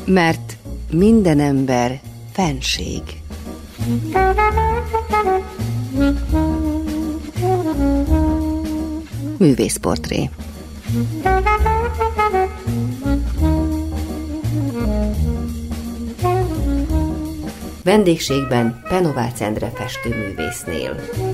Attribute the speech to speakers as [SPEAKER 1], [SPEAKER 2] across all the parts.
[SPEAKER 1] Mert minden ember fenség. Művészportré. Vendégségben Penovácz Endre festőművésznél.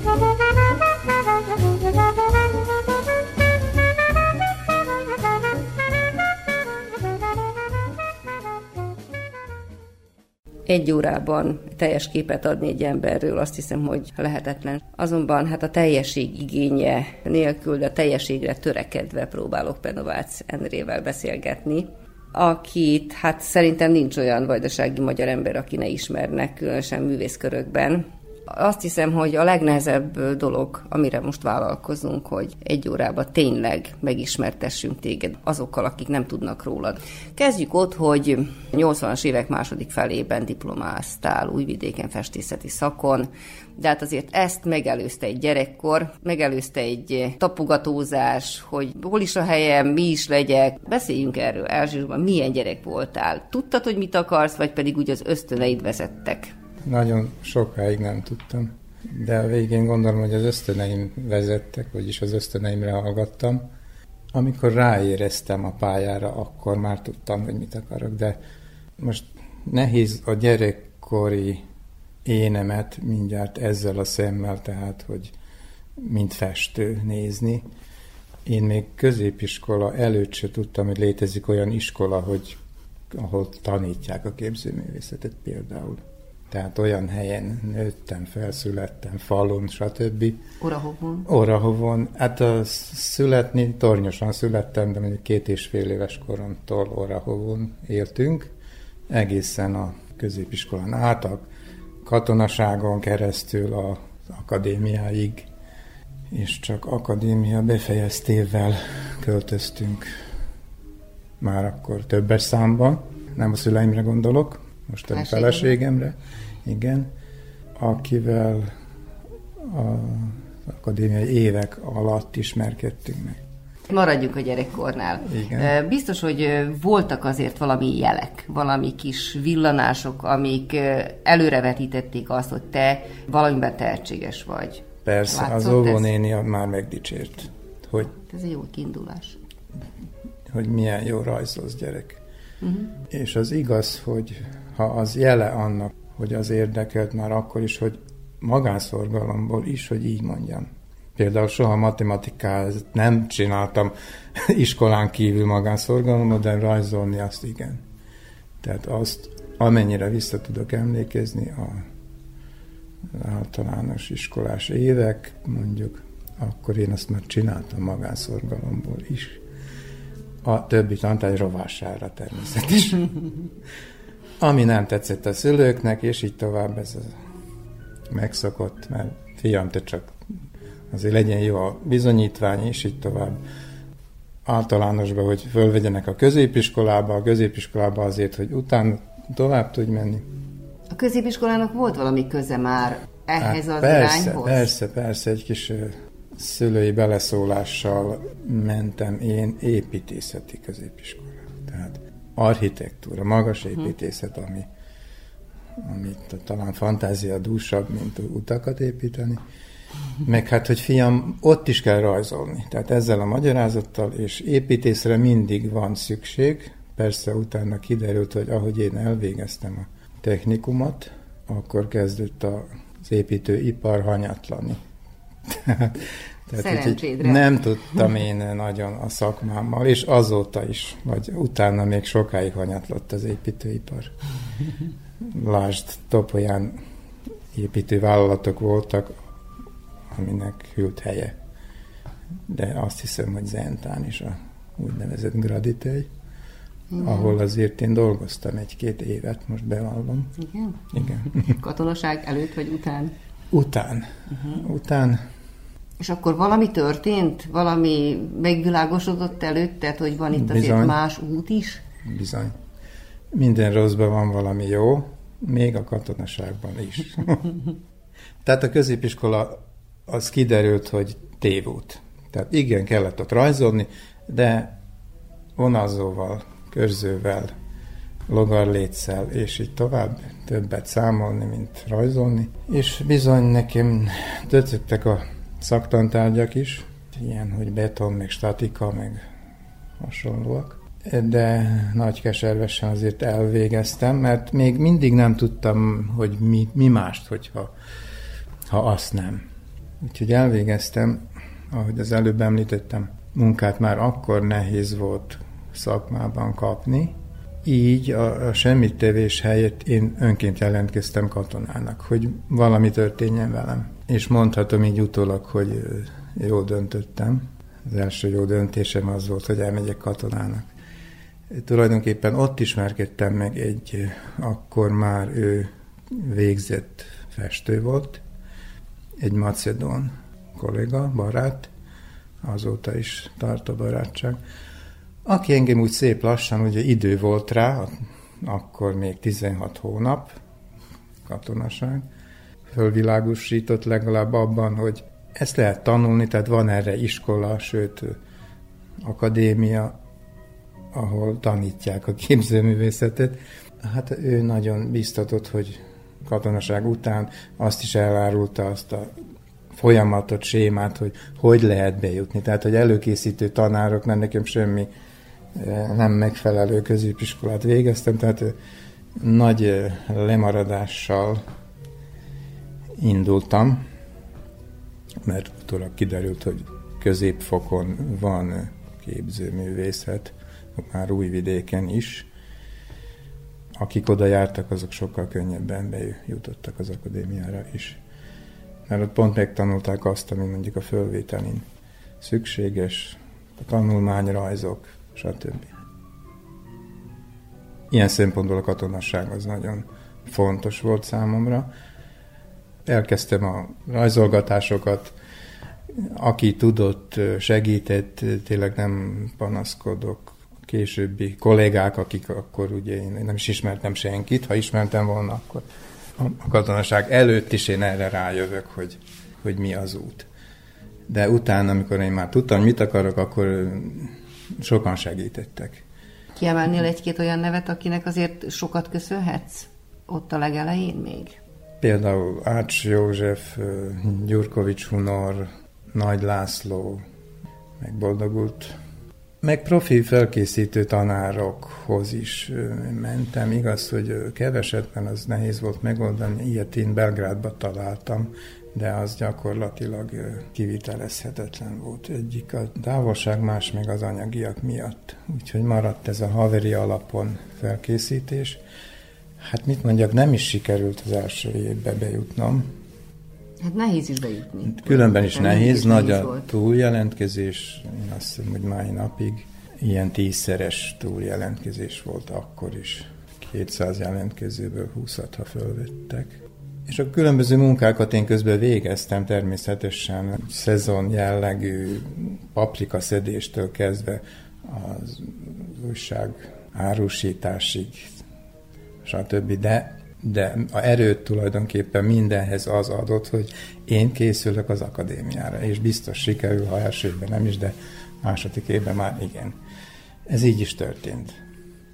[SPEAKER 1] Egy órában teljes képet adni egy emberről, azt hiszem, hogy lehetetlen. Azonban hát a teljesség igénye nélkül, de a teljességre törekedve próbálok Penovácz Endrével beszélgetni, akit hát szerintem nincs olyan vajdasági magyar ember, aki ne ismernek, különösen művészkörökben. Azt hiszem, hogy a legnehezebb dolog, amire most vállalkozunk, hogy egy órában tényleg megismertessünk téged azokkal, akik nem tudnak rólad. Kezdjük ott, hogy 80-as évek második felében diplomáztál Újvidéken festészeti szakon, de hát azért ezt megelőzte egy gyerekkor, megelőzte egy tapogatózás, hogy hol is a helyem, mi is legyek. Beszéljünk erről elsősorban, milyen gyerek voltál. Tudtad, hogy mit akarsz, vagy pedig úgy az ösztöneid vezettek?
[SPEAKER 2] Nagyon sokáig nem tudtam, de a végén gondolom, hogy az ösztöneim vezettek, vagyis az ösztöneimre hallgattam. Amikor ráéreztem a pályára, akkor már tudtam, hogy mit akarok, de most nehéz a gyerekkori énemet mindjárt ezzel a szemmel, tehát, hogy mint festő nézni. Én még középiskola előtt se tudtam, hogy létezik olyan iskola, ahol tanítják a képzőművészetet például. Tehát olyan helyen nőttem, felszülettem, falun, stb. Orahovon. Hát születni, tornyosan születtem, de mondjuk 2,5 éves koromtól Orahovon éltünk, egészen a középiskolán át, a katonaságon keresztül az akadémiáig, és csak akadémia befejeztével költöztünk már akkor többes számban. Nem a szüleimre gondolok, most a feleségemre, igen, akivel az akadémiai évek alatt ismerkedtünk meg.
[SPEAKER 1] Maradjunk a gyerekkornál.
[SPEAKER 2] Igen.
[SPEAKER 1] Biztos, hogy voltak azért valami jelek, valami kis villanások, amik előrevetítették azt, hogy te valamiben tehetséges vagy.
[SPEAKER 2] Persze,
[SPEAKER 1] Látszott
[SPEAKER 2] az óvónéni már megdicsért. Hogy,
[SPEAKER 1] ez egy jó kiindulás.
[SPEAKER 2] Hogy milyen jó rajzolsz, gyerek. És az igaz, hogy ha az jele annak, hogy az érdekelt már akkor is, hogy magánszorgalomból is, hogy így mondjam. Például soha matematikát nem csináltam iskolán kívül magánszorgalomból, de rajzolni azt igen. Tehát azt, amennyire vissza tudok emlékezni az általános iskolás évek, mondjuk, akkor én azt már csináltam magánszorgalomból is. A többi tantárgy rovására természetesen. Ami nem tetszett a szülőknek, és így tovább ez megszokott, mert fiam, te csak azért legyen jó a bizonyítvány, és így tovább. Általánosban, hogy fölvegyenek a középiskolába azért, hogy utána tovább tudj menni.
[SPEAKER 1] A középiskolának volt valami köze már ehhez az irányhoz?
[SPEAKER 2] Persze, egy kis szülői beleszólással mentem én építészeti középiskolára. Tehát architektúra, magas építészet, amit talán fantázia dúsabb, mint utakat építeni. Meg hát, hogy fiam, ott is kell rajzolni. Tehát ezzel a magyarázattal, és építészre mindig van szükség. Persze utána kiderült, hogy ahogy én elvégeztem a technikumot, akkor kezdett az építőipar hanyatlani. Tehát nem tudtam én nagyon a szakmámmal, és azóta is, vagy utána még sokáig hanyatlott az építőipar. Lásd, Topolyán építővállalatok voltak, aminek hűlt helye. De azt hiszem, hogy Zentán is a úgynevezett Graditej, ahol azért én dolgoztam 1-2 évet, most bevallom. Igen.
[SPEAKER 1] Katonaság előtt vagy után?
[SPEAKER 2] Után.
[SPEAKER 1] És akkor valami történt? Valami megvilágosodott előtted, hogy van itt azért más út is?
[SPEAKER 2] Bizony. Minden rosszban van valami jó, még a katonaságban is. Tehát a középiskola az kiderült, hogy tévút. Tehát igen, kellett ott rajzolni, de vonalzóval, körzővel, logarléccel, és így tovább, többet számolni, mint rajzolni. És bizony nekem döcögtek a szaktantárgyak is, ilyen, hogy beton, meg statika, meg hasonlóak. De nagy keservesen azért elvégeztem, mert még mindig nem tudtam, hogy mi mást, ha azt nem. Úgyhogy elvégeztem, ahogy az előbb említettem, munkát már akkor nehéz volt szakmában kapni, így a semmittevés helyett én önként jelentkeztem katonának, hogy valami történjen velem. És mondhatom így utólag, hogy jól döntöttem. Az első jó döntésem az volt, hogy elmegyek katonának. Tulajdonképpen ott ismerkedtem meg akkor már ő végzett festő volt, egy macedón kolléga, barát, azóta is tart a barátság, aki engem úgy szép lassan, ugye idő volt rá, akkor még 16 hónap katonaság, fölvilágosított legalább abban, hogy ezt lehet tanulni, tehát van erre iskola, sőt akadémia, ahol tanítják a képzőművészetet. Hát ő nagyon biztatott, hogy katonaság után azt is elárulta, azt a folyamatot, sémát, hogy lehet bejutni. Tehát, hogy előkészítő tanárok, mert nekem semmi nem megfelelő középiskolát végeztem, tehát nagy lemaradással indultam, mert utólag kiderült, hogy középfokon van képzőművészet, már Újvidéken is. Akik oda jártak, azok sokkal könnyebben bejutottak az akadémiára is. Mert ott pont megtanulták azt, ami mondjuk a fölvételin szükséges, a tanulmányrajzok, stb. Ilyen szempontból a katonasság az nagyon fontos volt számomra. Elkezdtem a rajzolgatásokat, aki tudott, segített, tényleg nem panaszkodok. Későbbi kollégák, akik akkor ugye én nem is ismertem senkit, ha ismertem volna, akkor a katonaság előtt is én erre rájövök, hogy mi az út. De utána, amikor én már tudtam, mit akarok, akkor sokan segítettek.
[SPEAKER 1] Kiemelnél egy-két olyan nevet, akinek azért sokat köszönhetsz ott a legelején még?
[SPEAKER 2] Például Ács József, Gyurkovics Hunor, Nagy László, meg Boldogult. Meg profi felkészítő tanárokhoz is mentem. Igaz, hogy keveset, mert az nehéz volt megoldani. Ilyet én Belgrádba találtam, de az gyakorlatilag kivitelezhetetlen volt. Egyik a távolság, más meg az anyagiak miatt. Úgyhogy maradt ez a haveri alapon felkészítés. Hát mit mondjak, nem is sikerült az első évbe bejutnom.
[SPEAKER 1] Hát nehéz is bejutni.
[SPEAKER 2] Különben is nehéz, nagy a túljelentkezés. Én azt hiszem, hogy mai napig ilyen 10-szeres túljelentkezés volt akkor is. 200 jelentkezőből 20-at, ha fölvettek. És a különböző munkákat én közben végeztem természetesen. Szezon jellegű paprikaszedéstől kezdve az újság árusításig, stb. De a erőt tulajdonképpen mindenhez az adott, hogy én készülök az akadémiára, és biztos sikerül, ha első évben nem is, de második évben már igen. Ez így is történt.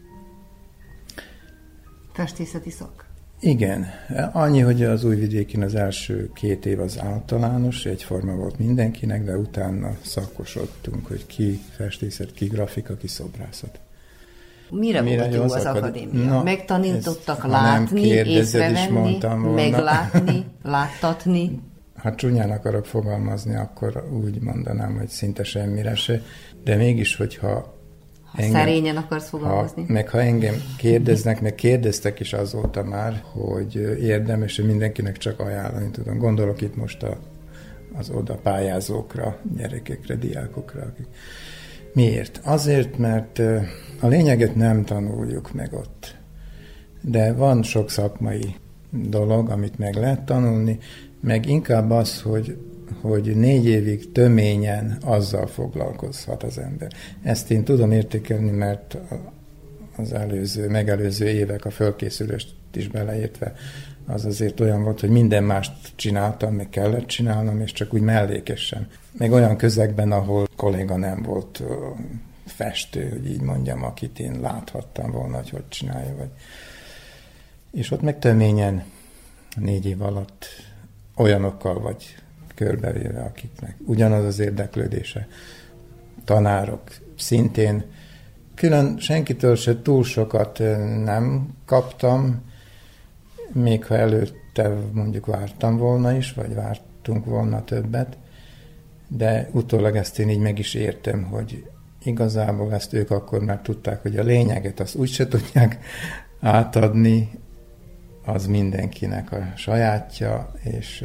[SPEAKER 1] Festészeti szak?
[SPEAKER 2] Igen. Annyi, hogy az Újvidéken az első 2 év az általános, egyforma volt mindenkinek, de utána szakosodtunk, hogy ki festészet, ki grafika, ki szobrászat.
[SPEAKER 1] Mire volt jó az akadémia? Megtanítottak látni, észrevenni, meglátni, láttatni?
[SPEAKER 2] Ha csúnyán akarok fogalmazni, akkor úgy mondanám, hogy szinte semmire se, de mégis, hogyha
[SPEAKER 1] szerényen akarsz fogalmazni?
[SPEAKER 2] Ha engem kérdeznek, meg kérdeztek is azóta már, hogy érdemes, hogy mindenkinek csak ajánlani tudom. Gondolok itt most az oda pályázókra, gyerekekre, diákokra, akik. Miért? Azért, mert a lényeget nem tanuljuk meg ott. De van sok szakmai dolog, amit meg lehet tanulni, meg inkább az, hogy 4 évig töményen azzal foglalkozhat az ember. Ezt én tudom értékelni, mert az megelőző évek, a fölkészülést is beleértve, az azért olyan volt, hogy minden mást csináltam, meg kellett csinálnom, és csak úgy mellékesen. Meg olyan közegben, ahol kolléga nem volt festő, hogy így mondjam, akit én láthattam volna, hogy csinálja. És ott meg töményen 4 év alatt olyanokkal vagy körbevéve, akiknek ugyanaz az érdeklődése, tanárok, szintén külön senkitől se túl sokat nem kaptam, még ha előtte mondjuk vártam volna is, vagy vártunk volna többet, de utólag ezt én így meg is értem, hogy igazából ezt ők akkor már tudták, hogy a lényeget azt úgyse tudják átadni, az mindenkinek a sajátja, és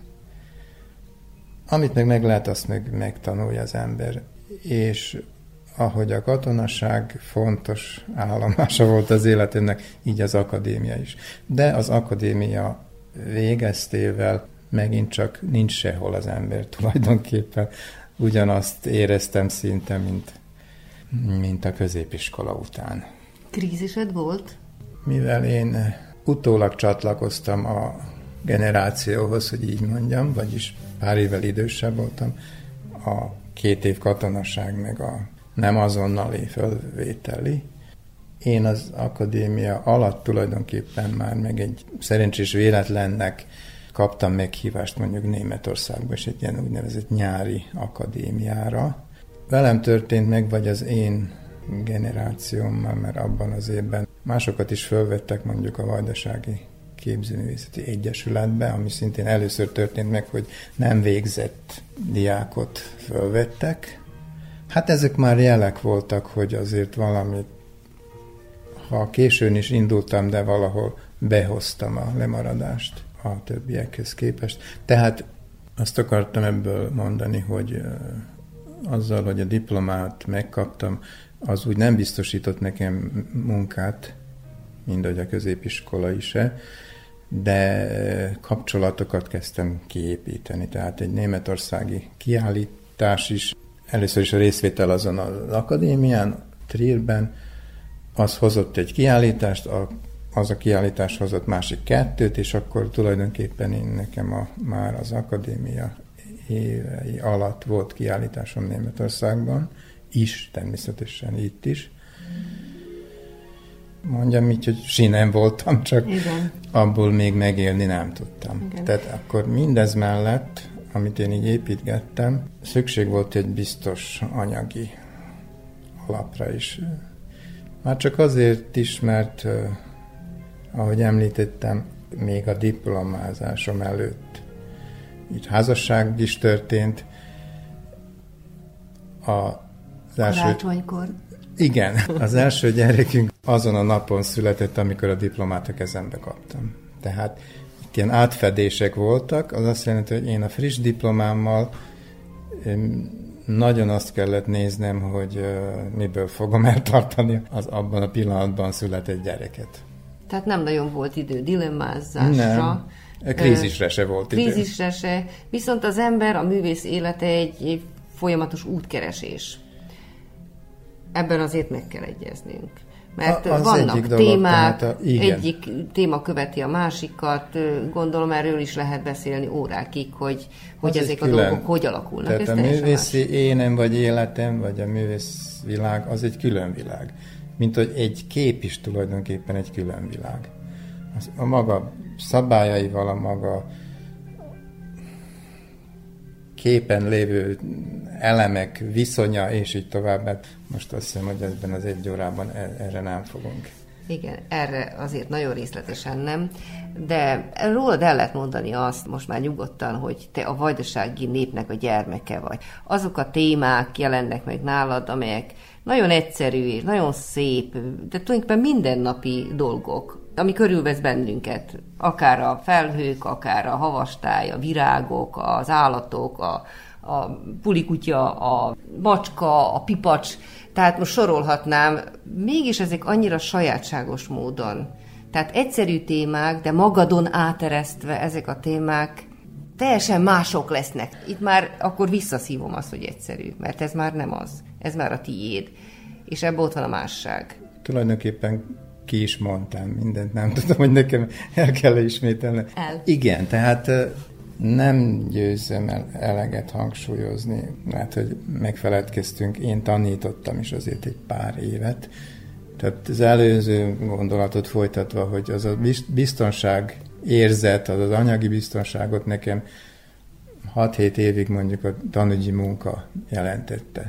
[SPEAKER 2] amit meg lehet, azt megtanulja az ember. És ahogy a katonaság fontos állomása volt az életemnek, így az akadémia is. De az akadémia végeztével megint csak nincs sehol az ember tulajdonképpen. Ugyanazt éreztem szinte, mint a középiskola után.
[SPEAKER 1] Krízised volt?
[SPEAKER 2] Mivel én utólag csatlakoztam a generációhoz, hogy így mondjam, vagyis pár évvel idősebb voltam, a 2 év katonaság meg a nem azonnali fölvételi. Én az akadémia alatt tulajdonképpen már meg egy szerencsés véletlennek kaptam meghívást mondjuk Németországba, és egy ilyen úgynevezett nyári akadémiára. Velem történt meg, vagy az én generációmmal, mert abban az évben másokat is fölvettek mondjuk a Vajdasági Képzőművészeti Egyesületbe, ami szintén először történt meg, hogy nem végzett diákot fölvettek. Hát ezek már jelek voltak, hogy azért valamit, ha későn is indultam, de valahol behoztam a lemaradást a többiekhez képest. Tehát azt akartam ebből mondani, hogy azzal, hogy a diplomát megkaptam, az úgy nem biztosított nekem munkát, mind ahogy a középiskola is, de kapcsolatokat kezdtem kiépíteni. Tehát egy németországi kiállítás is, először is a részvétel azon az akadémián, Trierben, az hozott egy kiállítást, az a kiállítás hozott másik 2, és akkor tulajdonképpen nekem már az akadémia évei alatt volt kiállításom Németországban, is, természetesen itt is. Mondjam így, hogy sinem voltam, csak igen. Abból még megélni nem tudtam. Igen. Tehát akkor mindez mellett, amit én így építgettem, szükség volt egy biztos anyagi alapra is. Már csak azért is, mert ahogy említettem, még a diplomázásom előtt így házasság is történt.
[SPEAKER 1] Karácsonykor.
[SPEAKER 2] Igen, az első gyerekünk azon a napon született, amikor a diplomát a kezembe kaptam. Tehát itt ilyen átfedések voltak, az azt jelenti, hogy én a friss diplomámmal nagyon azt kellett néznem, hogy miből fogom eltartani az abban a pillanatban született gyereket.
[SPEAKER 1] Tehát nem nagyon volt idő dilemmázásra.
[SPEAKER 2] Nem. Krízisre se volt idő.
[SPEAKER 1] Krízisre se. Viszont az ember, a művész élete egy folyamatos útkeresés. Ebben azért meg kell egyeznünk. Mert vannak témák, egyik téma követi a másikat, gondolom erről is lehet beszélni órákig, hogy ezek a dolgok hogy alakulnak.
[SPEAKER 2] Tehát a művészi énem, vagy életem, vagy a művész világ, az egy külön világ. Mint hogy egy kép is tulajdonképpen egy külön világ. A maga szabályaival, a maga képen lévő elemek viszonya, és így tovább. Hát most azt hiszem, hogy ebben az 1 órában erre nem fogunk.
[SPEAKER 1] Igen, erre azért nagyon részletesen nem, de rólad el lehet mondani azt most már nyugodtan, hogy te a vajdasági népnek a gyermeke vagy. Azok a témák jelennek meg nálad, amelyek nagyon egyszerű és nagyon szép, de tulajdonképpen mindennapi dolgok, ami körülvesz bennünket, akár a felhők, akár a havastály, a virágok, az állatok, a pulikutya, a macska, a pipacs, tehát most sorolhatnám, mégis ezek annyira sajátságos módon. Tehát egyszerű témák, de magadon áteresztve ezek a témák teljesen mások lesznek. Itt már akkor visszaszívom azt, hogy egyszerű, mert ez már nem az. Ez már a tiéd. És ebben ott van a másság.
[SPEAKER 2] Tulajdonképpen ki is mondtam mindent, nem tudom, hogy nekem el kell ismételni.
[SPEAKER 1] El.
[SPEAKER 2] Igen, tehát nem győzöm eleget hangsúlyozni, mert hogy megfeledkeztünk, én tanítottam is azért egy pár évet. Tehát az előző gondolatot folytatva, hogy az a biztonság érzet, az anyagi biztonságot nekem 6-7 évig mondjuk a tanügyi munka jelentette.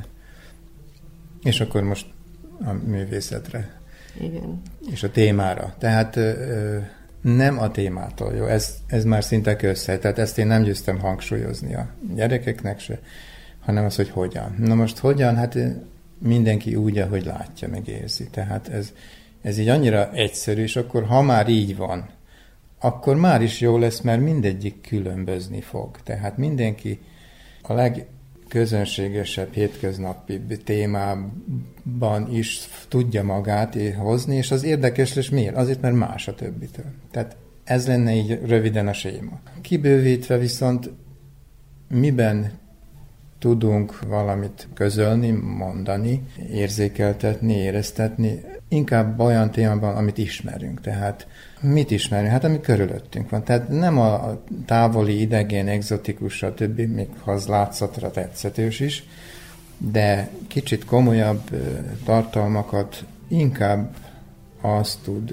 [SPEAKER 2] És akkor most a művészetre.
[SPEAKER 1] Igen.
[SPEAKER 2] És a témára. Tehát nem a témától, jó? Ez már szinte közhely. Tehát ezt én nem győztem hangsúlyozni a gyerekeknek se, hanem az, hogy hogyan. Na most hogyan? Hát mindenki úgy, ahogy látja, meg érzi. Tehát ez így annyira egyszerű, és akkor ha már így van, akkor már is jó lesz, mert mindegyik különbözni fog. Tehát mindenki a legközönségesebb, hétköznapi témában is tudja magát hozni, és az érdekes lesz miért? Azért, mert más a többitől. Tehát ez lenne így röviden a séma. Kibővítve viszont miben tudunk valamit közölni, mondani, érzékeltetni, éreztetni, inkább olyan témában, amit ismerünk. Tehát mit ismerünk? Hát ami körülöttünk van. Tehát nem a távoli, idegen, egzotikus, stb., még ha az látszatra tetszetős is, de kicsit komolyabb tartalmakat inkább azt tud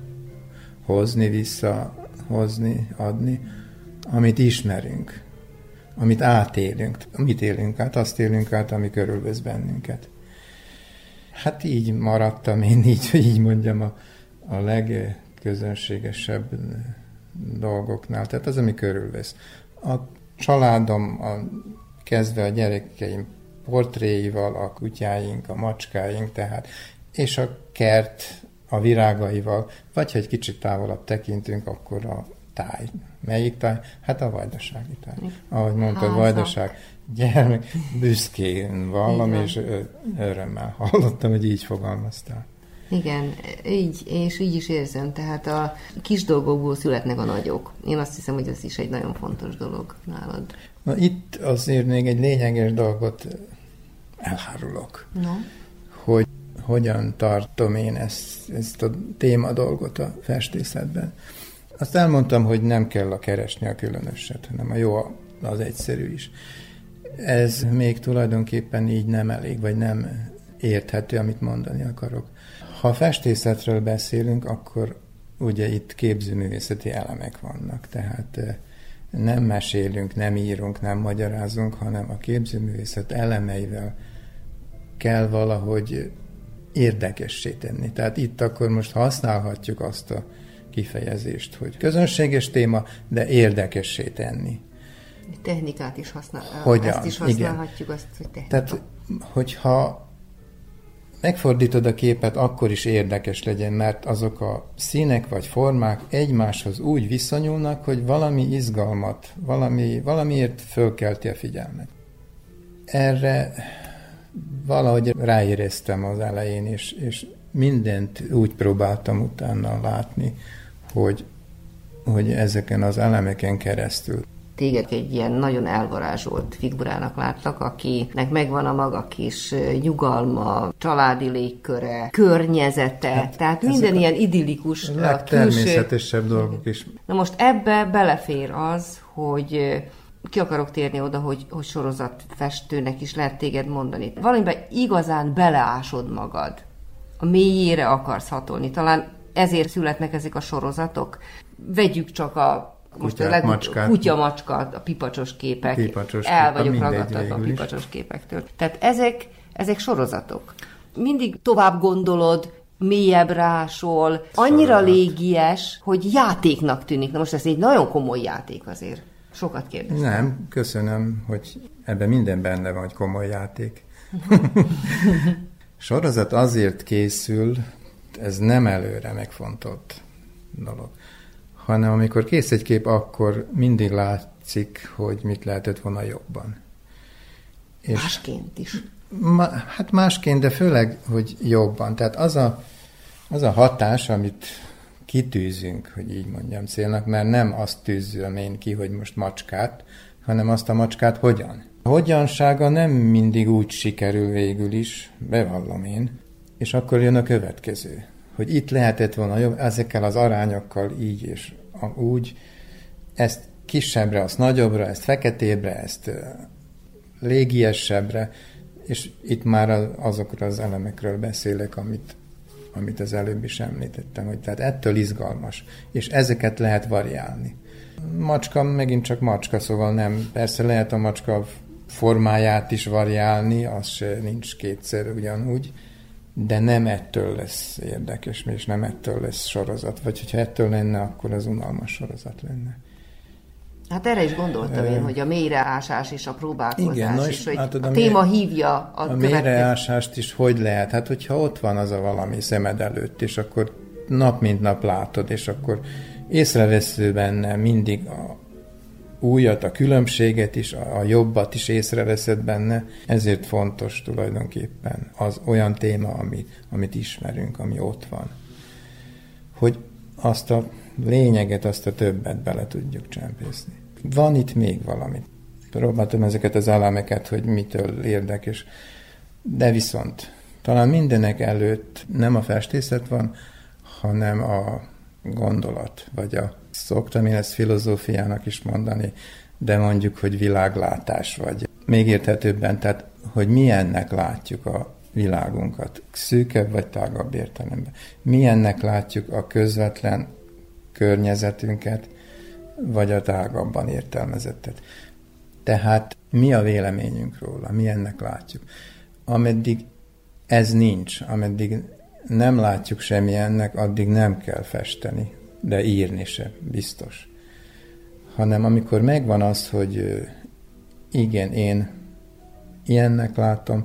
[SPEAKER 2] hozni, visszahozni, adni, amit ismerünk, amit átélünk. Amit élünk át, azt élünk át, ami körülvesz bennünket. Hát így maradtam én, így mondjam, a legközönségesebb dolgoknál. Tehát az, ami körülvesz. A családom, kezdve a gyerekeim portréival, a kutyáink, a macskáink, tehát, és a kert a virágaival, vagy ha egy kicsit távolabb tekintünk, akkor a táj. Melyik táj? Hát a vajdasági táj. Ahogy mondtad, vajdaság gyermek, büszkén vallom, és örömmel hallottam, hogy így fogalmaztál.
[SPEAKER 1] Igen, így, és így is érzem, tehát a kis dolgokból születnek a nagyok. Én azt hiszem, hogy ez is egy nagyon fontos dolog nálad.
[SPEAKER 2] Na, itt azért még egy lényeges dolgot elhárulok.
[SPEAKER 1] No.
[SPEAKER 2] Hogy hogyan tartom én ezt a téma dolgot a festészetben. Azt elmondtam, hogy nem kell keresni a különöset, hanem a jó az egyszerű is. Ez még tulajdonképpen így nem elég, vagy nem érthető, amit mondani akarok. Ha festészetről beszélünk, akkor ugye itt képzőművészeti elemek vannak, tehát nem mesélünk, nem írunk, nem magyarázunk, hanem a képzőművészet elemeivel kell valahogy érdekessé tenni. Tehát itt akkor most használhatjuk azt a kifejezést, hogy közönséges téma, de érdekessé tenni.
[SPEAKER 1] Technikát is használhatjuk. Ezt is használhatjuk, igen. Azt, hogy technika.
[SPEAKER 2] Tehát, hogyha megfordítod a képet, akkor is érdekes legyen, mert azok a színek vagy formák egymáshoz úgy viszonyulnak, hogy valami izgalmat, valamiért fölkelti a figyelmet. Erre valahogy ráéreztem az elején, és mindent úgy próbáltam utána látni, hogy ezeken az elemeken keresztül.
[SPEAKER 1] Téged egy ilyen nagyon elvarázsolt figurának látlak, akinek megvan a maga kis nyugalma, családi légköre, környezete, hát tehát minden ilyen idillikus.
[SPEAKER 2] A legtermészetesebb dolgok is.
[SPEAKER 1] Na most ebbe belefér az, hogy ki akarok térni oda, hogy sorozatfestőnek is lehet téged mondani. Valamiben igazán beleásod magad. A mélyére akarsz hatolni. Talán ezért születnek ezek a sorozatok. Vegyük csak kutya, macska, a pipacsos képek. El vagyok ragadtatva a pipacsos képektől. Tehát ezek sorozatok. Mindig tovább gondolod, mélyebb rásol, annyira légies, hogy játéknak tűnik. Na most ez egy nagyon komoly játék azért. Sokat kérdeztem.
[SPEAKER 2] Nem, köszönöm, hogy ebben minden benne van, hogy komoly játék. Sorozat azért készül, ez nem előre megfontolt dolog, hanem amikor kész egy kép, akkor mindig látszik, hogy mit lehetett volna jobban.
[SPEAKER 1] És másként is.
[SPEAKER 2] Hát másként, de főleg, hogy jobban. Tehát az a hatás, amit kitűzünk, hogy így mondjam célnak, mert nem azt tűzzöm én ki, hogy most macskát, hanem azt a macskát hogyan. A hogyansága nem mindig úgy sikerül végül is, bevallom én, és akkor jön a következő, hogy itt lehetett volna jobb, ezekkel az arányokkal így és úgy, ezt kisebbre, azt nagyobbra, ezt feketébre, ezt légiesebbre, és itt már azokra az elemekről beszélek, amit az előbb is említettem, hogy tehát ettől izgalmas, és ezeket lehet variálni. Macska megint csak macska, szóval nem, persze lehet a macska formáját is variálni, az se nincs kétszer ugyanúgy, de nem ettől lesz érdekes, és nem ettől lesz sorozat, vagy hogyha ettől lenne, akkor az unalmas sorozat lenne.
[SPEAKER 1] Hát erre is gondoltam én, hogy a mélyreásás és a próbálkozás,
[SPEAKER 2] igen,
[SPEAKER 1] és hogy a téma hívja a
[SPEAKER 2] mélyreásást is hogy lehet? Hát, hogyha ott van az a valami szemed előtt, és akkor nap mint nap látod, és akkor észrevesző benne mindig a újat, a különbséget is, a jobbat is észreveszed benne, ezért fontos tulajdonképpen az olyan téma, amit ismerünk, ami ott van. Hogy azt a lényeget, azt a többet bele tudjuk csempészni. Van itt még valami. Próbáltam ezeket az elemeket, hogy mitől érdekes, de viszont talán mindenek előtt nem a festészet van, hanem a gondolat, vagy szoktam én ezt filozófiának is mondani, de mondjuk, hogy világlátás, vagy még érthetőbben, tehát, hogy milyennek látjuk a világunkat, szűkebb vagy tágabb értelemben. Milyennek látjuk a közvetlen környezetünket, vagy a tágabban értelmezettet. Tehát mi a véleményünk róla, milyennek látjuk. Ameddig ez nincs, ameddig nem látjuk semmilyennek, addig nem kell festeni, de írni se, biztos. Hanem amikor megvan az, hogy igen, én ilyennek látom,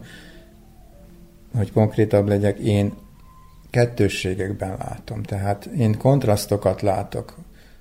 [SPEAKER 2] hogy konkrétabb legyek, én kettősségekben látom. Tehát én kontrasztokat látok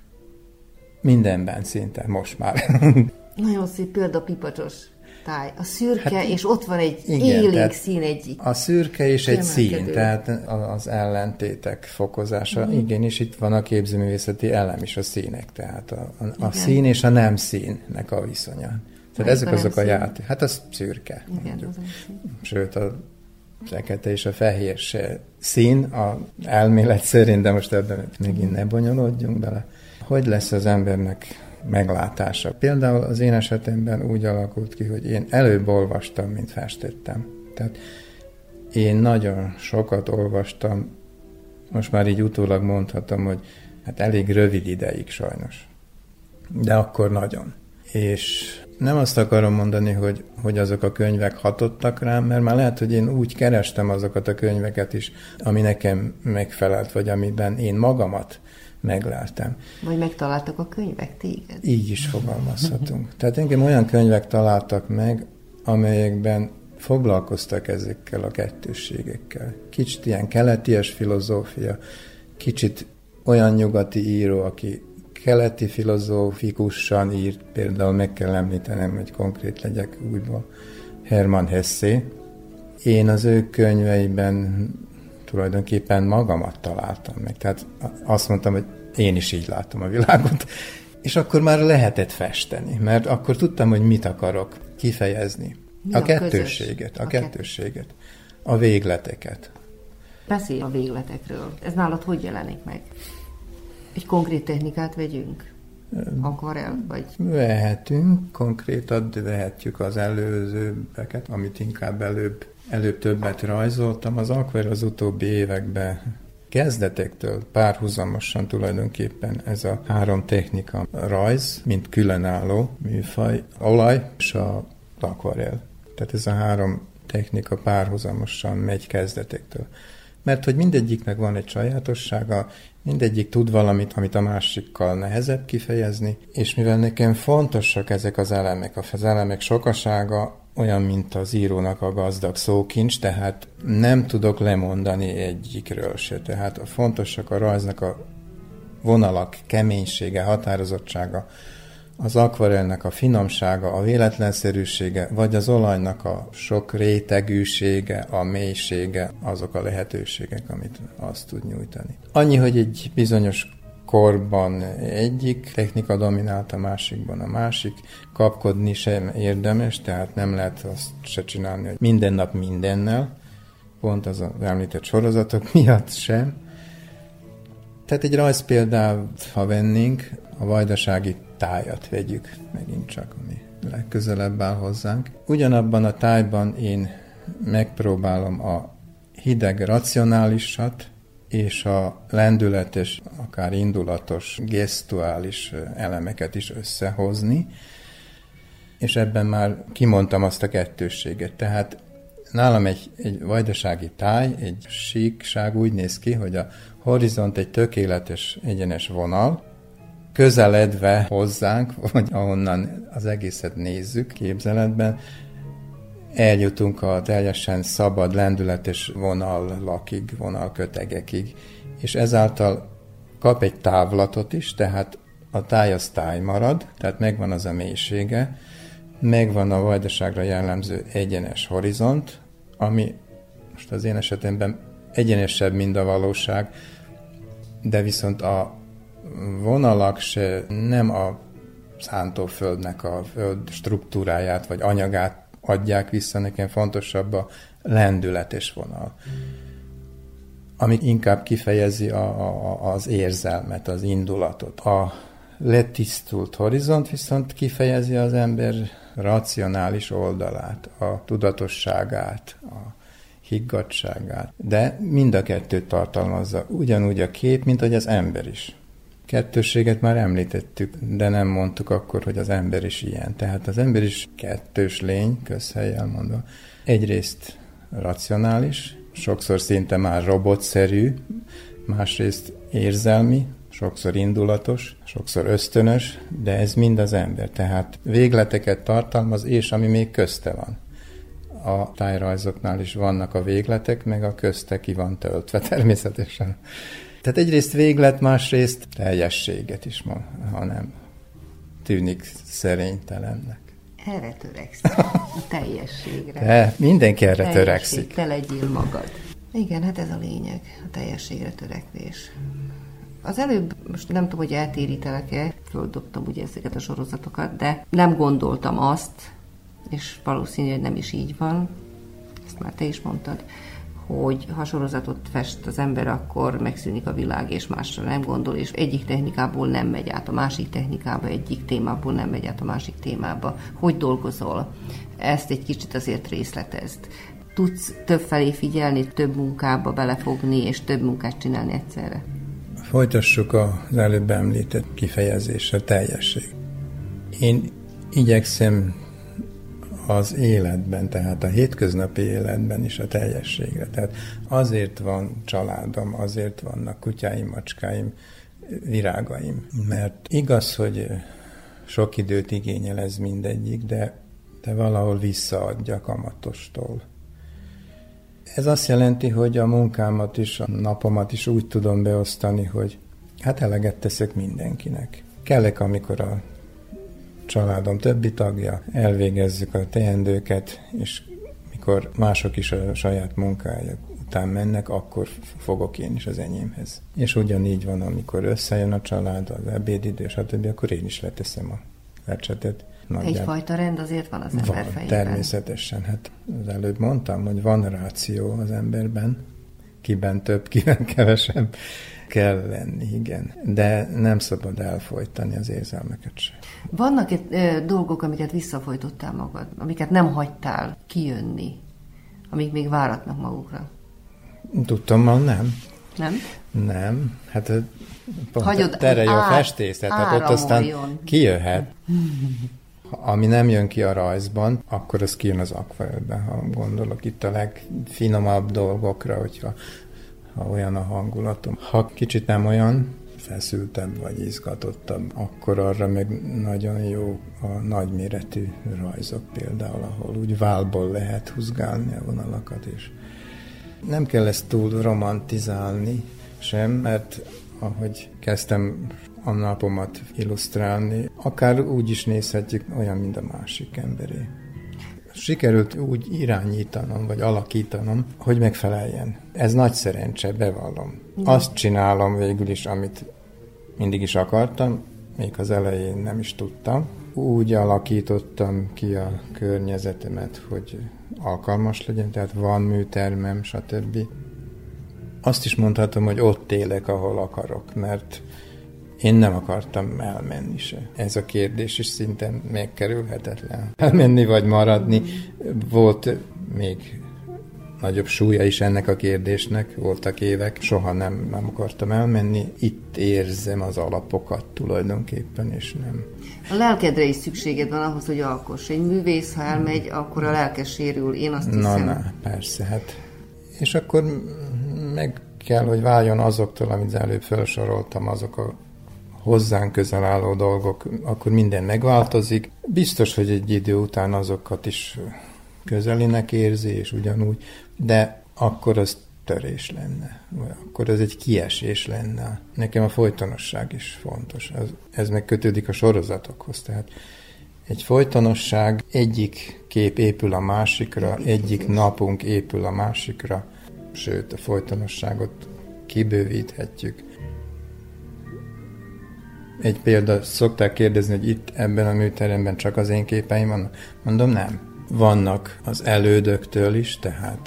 [SPEAKER 2] mindenben szinte most már.
[SPEAKER 1] Nagyon szép példa pipacsos táj. A szürke, hát, és ott van egy élénk szín.
[SPEAKER 2] A szürke és egy szín, tehát az ellentétek fokozása. Igen, és itt van a képzőművészeti elem is, a színek, tehát a szín és a nem színnek a viszonya. Tehát ezek azok a játék. Hát az szürke. Igen, az sőt, a fekete és a fehér se szín, a elmélet szerint, de most ebben megint ne bonyolódjunk bele. Hogy lesz az embernek meglátása? Például az én esetemben úgy alakult ki, hogy én előbb olvastam, mint festettem. Tehát én nagyon sokat olvastam, most már így utólag mondhatom, hogy hát elég rövid ideig sajnos. De akkor nagyon. És nem azt akarom mondani, hogy azok a könyvek hatottak rám, mert már lehet, hogy én úgy kerestem azokat a könyveket is, ami nekem megfelelt, vagy amiben én magamat megleltem.
[SPEAKER 1] Vagy megtaláltak a könyvek téged?
[SPEAKER 2] Így is fogalmazhatunk. Tehát engem olyan könyvek találtak meg, amelyekben foglalkoztak ezekkel a kettősségekkel. Kicsit ilyen keleties filozófia, kicsit olyan nyugati író, aki keleti filozófikusan írt, például meg kell említenem, hogy konkrét legyek újból, Hermann Hesse. Én az ő könyveiben tulajdonképpen magamat találtam meg. Tehát azt mondtam, hogy én is így látom a világot. És akkor már lehetett festeni, mert akkor tudtam, hogy mit akarok kifejezni. A kettősséget, a végleteket.
[SPEAKER 1] Beszélj a végletekről. Ez nálad hogy jelenik meg? Egy konkrét technikát vegyünk? Akvarell, vagy?
[SPEAKER 2] Vehetünk konkrétat, vehetjük az előzőbbeket, amit inkább előbb többet rajzoltam. Az akvarell az utóbbi években kezdetektől párhuzamosan tulajdonképpen ez a három technika, a rajz, mint különálló műfaj, olaj és az akvarell. Tehát ez a három technika párhuzamosan megy kezdetektől. Mert hogy mindegyiknek van egy sajátossága, mindegyik tud valamit, amit a másikkal nehezebb kifejezni, és mivel nekem fontosak ezek az elemek sokasága olyan, mint az írónak a gazdag szókincs, tehát nem tudok lemondani egyikről se. Tehát fontosak a rajznak a vonalak keménysége, határozottsága, az akvarellnek a finomsága, a véletlenszerűsége, vagy az olajnak a sok rétegűsége, a mélysége, azok a lehetőségek, amit azt tud nyújtani. Annyi, hogy egy bizonyos korban egyik technika dominált, a másikban a másik, kapkodni sem érdemes, tehát nem lehet azt se csinálni, hogy minden nap mindennel, pont az említett sorozatok miatt sem. Tehát egy rajzpéldát, ha vennénk, a vajdasági tájat vegyük, megint csak, ami legközelebb áll hozzánk. Ugyanabban a tájban én megpróbálom a hideg racionálisat és a lendületes, akár indulatos, gesztuális elemeket is összehozni, és ebben már kimondtam azt a kettősséget. Tehát nálam egy vajdasági táj, egy síkság úgy néz ki, hogy a horizont egy tökéletes egyenes vonal, közeledve hozzánk, vagy ahonnan az egészet nézzük képzeletben, eljutunk a teljesen szabad, lendületes vonallakig, vonalkötegekig, és ezáltal kap egy távlatot is, tehát a táj az táj marad, tehát megvan az a mélysége, megvan a vajdaságra jellemző egyenes horizont, ami most az én esetemben egyenesebb, mint a valóság, de viszont a vonalak se nem a szántóföldnek a föld struktúráját vagy anyagát adják vissza, nekem fontosabb a lendületes vonal, ami inkább kifejezi az érzelmet, az indulatot. A letisztult horizont viszont kifejezi az ember racionális oldalát, a tudatosságát, a higgadtságát. De mind a kettőt tartalmazza, ugyanúgy a kép, mint hogy az ember is. Kettősséget már említettük, de nem mondtuk akkor, hogy az ember is ilyen. Tehát az ember is kettős lény, közhellyel mondva. Egyrészt racionális, sokszor szinte már robotszerű, másrészt érzelmi, sokszor indulatos, sokszor ösztönös, de ez mind az ember. Tehát végleteket tartalmaz, és ami még közte van. A tájrajzoknál is vannak a végletek, meg a közte ki van töltve természetesen. Tehát egyrészt véglet, másrészt teljességet is mond, hanem tűnik szerénytelennek.
[SPEAKER 1] Erre törekszik, a teljességre.
[SPEAKER 2] De mindenki erre törekszik.
[SPEAKER 1] Te legyél magad. Igen, hát ez a lényeg, a teljességre törekvés. Az előbb, most nem tudom, hogy eltérítelek-e, földobtam ugye ezeket a sorozatokat, de nem gondoltam azt, és valószínű, hogy nem is így van, ezt már te is mondtad, hogy ha sorozatot fest az ember, akkor megszűnik a világ, és másra nem gondol, és egyik technikából nem megy át a másik technikába, egyik témából nem megy át a másik témába. Hogy dolgozol? Ezt egy kicsit azért részletezd. Tudsz többfelé figyelni, több munkába belefogni, és több munkát csinálni egyszerre?
[SPEAKER 2] Folytassuk az előbb említett kifejezésre, teljesség. Én igyekszem az életben, tehát a hétköznapi életben is a teljességre. Tehát azért van családom, azért vannak kutyáim, macskáim, virágaim. Mert igaz, hogy sok időt igényel ez mindegyik, de valahol visszaadja kamatostól. Ez azt jelenti, hogy a munkámat is, a napomat is úgy tudom beosztani, hogy hát eleget teszek mindenkinek. Kellek, amikor a családom többi tagja, elvégezzük a teendőket, és mikor mások is a saját munkájuk után mennek, akkor fogok én is az enyémhez. És ugyanígy van, amikor összejön a család, az ebédidő, stb., akkor én is leteszem a lecsetet.
[SPEAKER 1] Egyfajta rend azért van az ember fejében.
[SPEAKER 2] Természetesen. Hát az előbb mondtam, hogy van ráció az emberben, kiben több, kiben kevesebb kell lenni, igen. De nem szabad elfojtani az érzelmeket sem.
[SPEAKER 1] Vannak dolgok, amiket visszafojtottál magad, amiket nem hagytál kijönni, amik még váratnak magukra?
[SPEAKER 2] Tudtommal nem.
[SPEAKER 1] Nem?
[SPEAKER 2] Nem. Hát pont terelj a festészet, hát ott aztán kijöhet. Ami nem jön ki a rajzban, akkor az kijön az akvarelben, ha gondolok itt a legfinomabb dolgokra, hogyha olyan a hangulatom. Ha kicsit nem olyan, feszültebb vagy izgatottabb, akkor arra meg nagyon jó a nagyméretű rajzok például, ahol úgy válból lehet húzgálni a vonalakat, és nem kell ezt túl romantizálni sem, mert ahogy kezdtem a napomat illusztrálni, akár úgy is nézhetjük, olyan, mint a másik emberé. Sikerült úgy irányítanom, vagy alakítanom, hogy megfeleljen. Ez nagy szerencse, bevallom. Azt csinálom végül is, amit mindig is akartam, még az elején nem is tudtam. Úgy alakítottam ki a környezetemet, hogy alkalmas legyen, tehát van műtermem, stb. Azt is mondhatom, hogy ott élek, ahol akarok, mert Én nem akartam elmenni se. Ez a kérdés is szinte megkerülhetetlen. Elmenni vagy maradni. Volt még nagyobb súlya is ennek a kérdésnek, voltak évek, soha nem akartam elmenni. Itt érzem az alapokat tulajdonképpen, és nem.
[SPEAKER 1] A lelkedre is szükséged van ahhoz, hogy alkoss. Egy művész, ha elmegy, akkor a lelke sérül, én azt hiszem.
[SPEAKER 2] Na, persze, hát. És akkor meg kell, hogy váljon azoktól, amit előbb felsoroltam, azok a hozzánk közel álló dolgok, akkor minden megváltozik. Biztos, hogy egy idő után azokat is közelinek érzi, és ugyanúgy, de akkor az törés lenne, akkor ez egy kiesés lenne. Nekem a folytonosság is fontos. Ez meg kötődik a sorozatokhoz, tehát egy folytonosság, egyik kép épül a másikra, egyik napunk épül a másikra, sőt, a folytonosságot kibővíthetjük. Egy példa, szokták kérdezni, hogy itt ebben a műteremben csak az én képeim vannak. Mondom, nem. Vannak az elődöktől is, tehát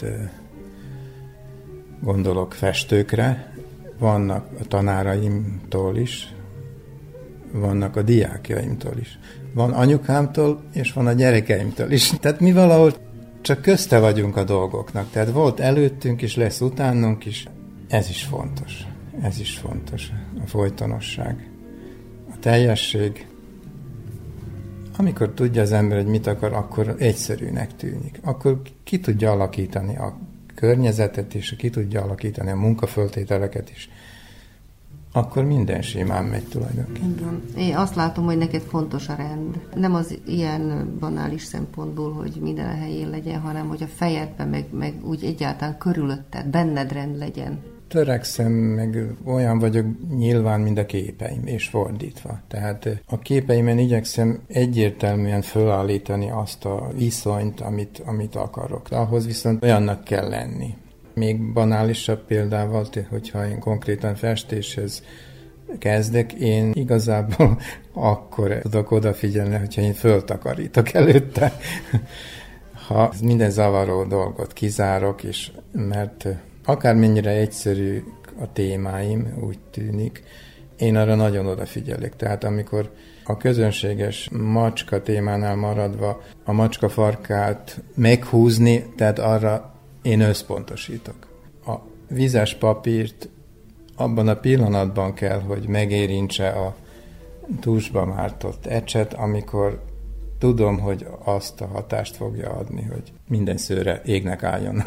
[SPEAKER 2] gondolok festőkre, vannak a tanáraimtól is, vannak a diákjaimtól is. Van anyukámtól, és van a gyerekeimtől is. Tehát mi valahol csak közte vagyunk a dolgoknak. Tehát volt előttünk is, lesz utánunk is. Ez is fontos. Ez is fontos. A folytonosság. A teljesség. Amikor tudja az ember, hogy mit akar, akkor egyszerűnek tűnik. Akkor ki tudja alakítani a környezetet is, ki tudja alakítani a munkaföltételeket is. Akkor minden simán megy tulajdonképpen.
[SPEAKER 1] Én azt látom, hogy neked fontos a rend. Nem az ilyen banális szempontból, hogy minden a helyén legyen, hanem hogy a fejedben, meg úgy egyáltalán körülötted, benned rend legyen.
[SPEAKER 2] Törekszem, meg olyan vagyok nyilván, mint a képeim, és fordítva. Tehát a képeimen igyekszem egyértelműen fölállítani azt a viszonyt, amit akarok. Ahhoz viszont olyannak kell lenni. Még banálisabb példával, hogyha én konkrétan festéshez kezdek, én igazából akkor tudok odafigyelni, hogyha én föltakarítok előtte. Ha minden zavaró dolgot kizárok, és mert akármennyire egyszerű a témáim, úgy tűnik, én arra nagyon odafigyelek. Tehát amikor a közönséges macska témánál maradva a macska farkát meghúzni, tehát arra én összpontosítok. A vizes papírt abban a pillanatban kell, hogy megérintse a tusba mártott ecset, amikor tudom, hogy azt a hatást fogja adni, hogy minden szőre égnek álljon.